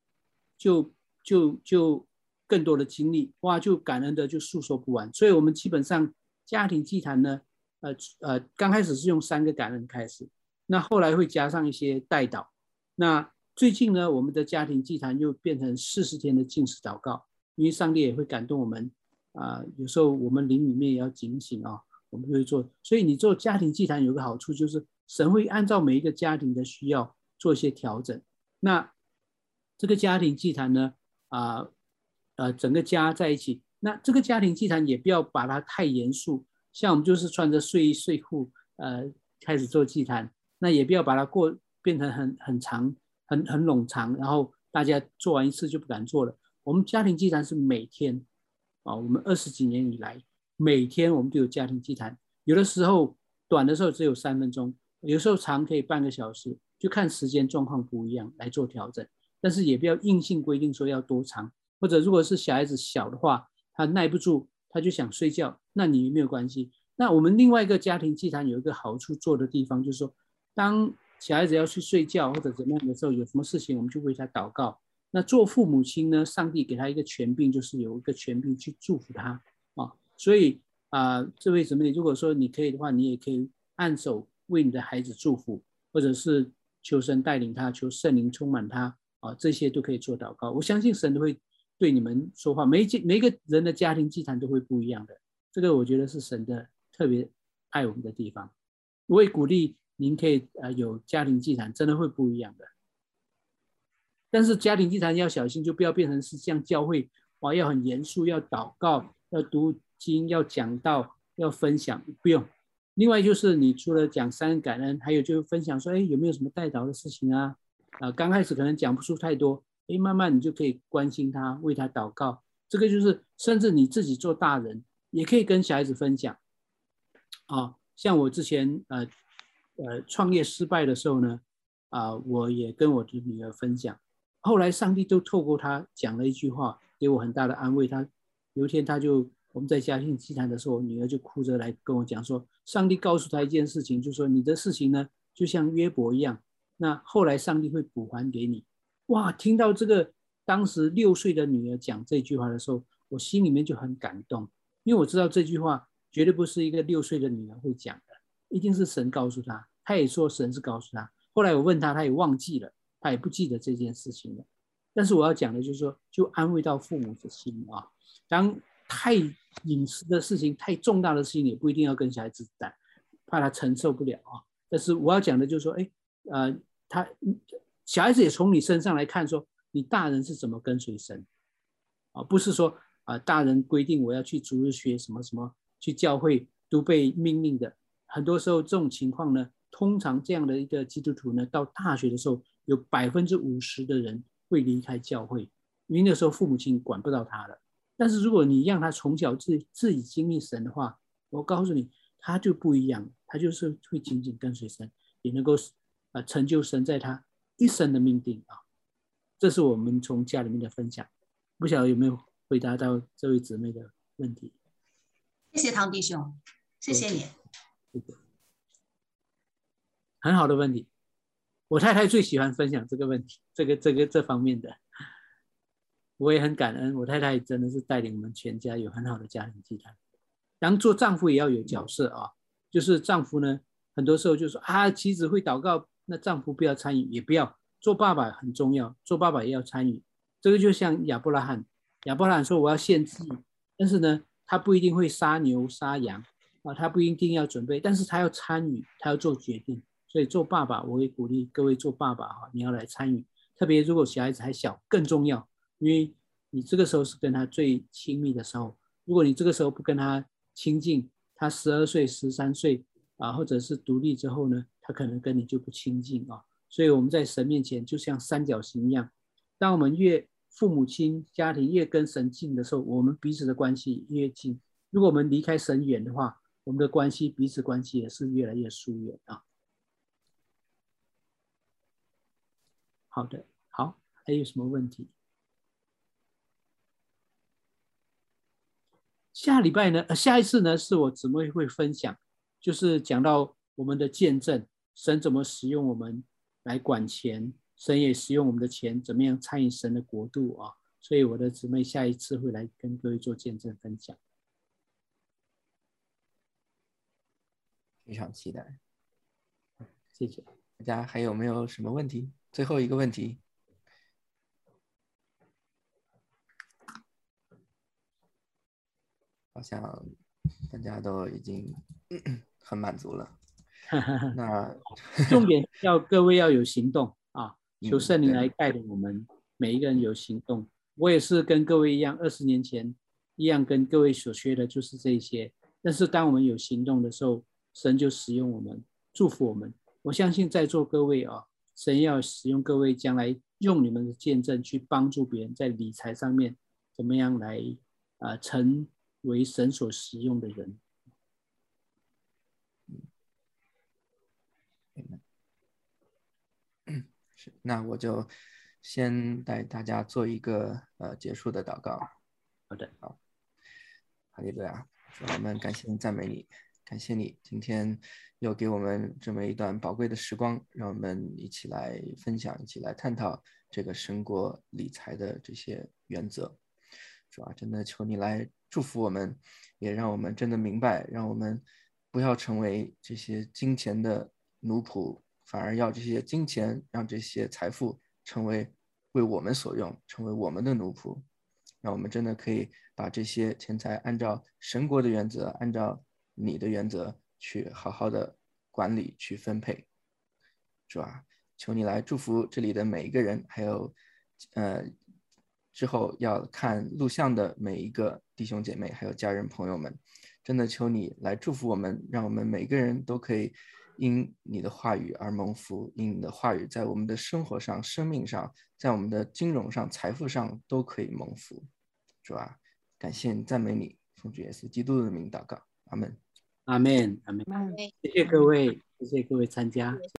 更多的经历，哇，就感恩的就诉说不完。所以我们基本上家庭祭坛呢，刚开始是用3个感恩开始，那后来会加上一些代祷。那最近呢，我们的家庭祭坛又变成40天的禁食祷告，因为上帝也会感动我们有时候我们灵里面也要警醒我们会做。所以你做家庭祭坛有个好处就是神会按照每一个家庭的需要做一些调整。那这个家庭祭坛呢，整个家在一起，那这个家庭祭坛也不要把它太严肃，像我们就是穿着睡衣睡裤开始做祭坛，那也不要把它变成很长很冗长，然后大家做完一次就不敢做了。我们家庭祭坛是每天我们20几年以来每天我们都有家庭祭坛，有的时候短的时候只有3分钟，有时候长可以半个小时，就看时间状况不一样来做调整。但是也不要硬性规定说要多长，或者如果是小孩子小的话，他耐不住，他就想睡觉，那你没有关系。那我们另外一个家庭祭坛有一个好处做的地方，就是说，当小孩子要去睡觉或者怎么样的时候，有什么事情我们就为他祷告。那做父母亲呢，上帝给他一个权柄，就是有一个权柄去祝福他所以这位姊妹，如果说你可以的话，你也可以按手为你的孩子祝福，或者是求神带领他，求圣灵充满他这些都可以做祷告。我相信神都会对你们说话，每一个人的家庭祭坛都会不一样的，这个我觉得是神的特别爱我们的地方。我也鼓励您可以有家庭祭坛，真的会不一样的。但是家庭祭坛要小心，就不要变成是像教会要很严肃，要祷告，要读经，要讲道，要分享，不用。另外就是你除了讲3个感恩，还有就是分享说，有没有什么代祷的事情刚开始可能讲不出太多，慢慢你就可以关心他，为他祷告。这个就是甚至你自己做大人也可以跟小孩子分享像我之前创业失败的时候呢我也跟我的女儿分享，后来上帝都透过他讲了一句话给我很大的安慰。有一天我们在家庭祭坛的时候，我女儿就哭着来跟我讲说，上帝告诉他一件事情，就是说你的事情呢就像约伯一样，那后来上帝会补还给你。哇，听到这个当时6岁的女儿讲这句话的时候，我心里面就很感动，因为我知道这句话绝对不是一个6岁的女儿会讲的，一定是神告诉他，他也说神是告诉他。后来我问他，他也忘记了，他也不记得这件事情了。但是我要讲的就是说，就安慰到父母的心当太隐私的事情、太重大的事情，也不一定要跟小孩子讲，怕他承受不了但是我要讲的就是说，小孩子也从你身上来看说，你大人是怎么跟随神不是说大人规定我要去主日学什么什么，去教会都被命令的。很多时候这种情况呢，通常这样的一个基督徒呢，到大学的时候有50%的人会离开教会，因为那时候父母亲管不到他了。但是如果你让他从小自己经历神的话，我告诉你，他就不一样，他就是会紧紧跟随神，也能够成就神在他一生的命定啊。这是我们从家里面的分享，不晓得有没有回答到这位姊妹的问题。 谢谢唐弟兄，谢谢你。 很好的问题，我太太最喜欢分享这个问题，这方面的，我也很感恩。我太太真的是带领我们全家有很好的家庭祭坛。当做丈夫也要有角色啊，就是丈夫呢，很多时候就说啊，妻子会祷告，那丈夫不要参与，也不要。做爸爸很重要，做爸爸也要参与。这个就像亚伯拉罕说我要献祭，但是呢，他不一定会杀牛杀羊啊，他不一定要准备，但是他要参与，他要做决定。所以做爸爸，我会鼓励各位做爸爸哈，你要来参与。特别如果小孩子还小，更重要，因为你这个时候是跟他最亲密的时候。如果你这个时候不跟他亲近，他12岁、13岁啊，或者是独立之后呢，他可能跟你就不亲近啊。所以我们在神面前就像三角形一样，当我们越父母亲家庭越跟神近的时候，我们彼此的关系越近。如果我们离开神远的话，我们的关系彼此关系也是越来越疏远啊。好的，好，还有什么问题？下礼拜呢，下一次呢是我姊妹会分享，就是讲到我们的见证，神怎么使用我们来管钱，神也使用我们的钱怎么样参与神的国度啊。所以我的姊妹下一次会来跟各位做见证分享。 非常期待。 谢谢大家还有没有什么问题？最后一个问题。好像大家都已经很满足了。那重点要各位要有行动啊，求圣灵来带领我们每一个人有行动。我也是跟各位一样，20年前一样，跟各位所学的就是这些。但是当我们有行动的时候，神就使用我们，祝福我们。我相信在座各位啊，神要使用各位，将来用你们的见证去帮助别人，在理财上面怎么样来成为神所使用的人。 是，那我就先带大家做一个结束的祷告。 好的， 好，哈利路亚，主啊，我们感谢你，赞美你，感谢你今天又给我们这么一段宝贵的时光，让我们一起来分享，一起来探讨这个神国理财的这些原则。主啊，真的求你来祝福我们，也让我们真的明白，让我们不要成为这些金钱的奴仆，反而要这些金钱，让这些财富成为为我们所用，成为我们的奴仆。让我们真的可以把这些钱财按照神国的原则，按照你的原则去好好的管理，去分配。主啊，求你来祝福这里的每一个人，还有之后要看录像的每一个弟兄姐妹还有家人朋友们，真的求你来祝福我们，让我们每个人都可以因你的话语而蒙福，因你的话语在我们的生活上、生命上，在我们的金融上、财富上都可以蒙福。主啊，感谢你，赞美你，奉主耶稣基督的名祷告，阿们。 阿们，阿们。谢谢各位，谢谢各位参加。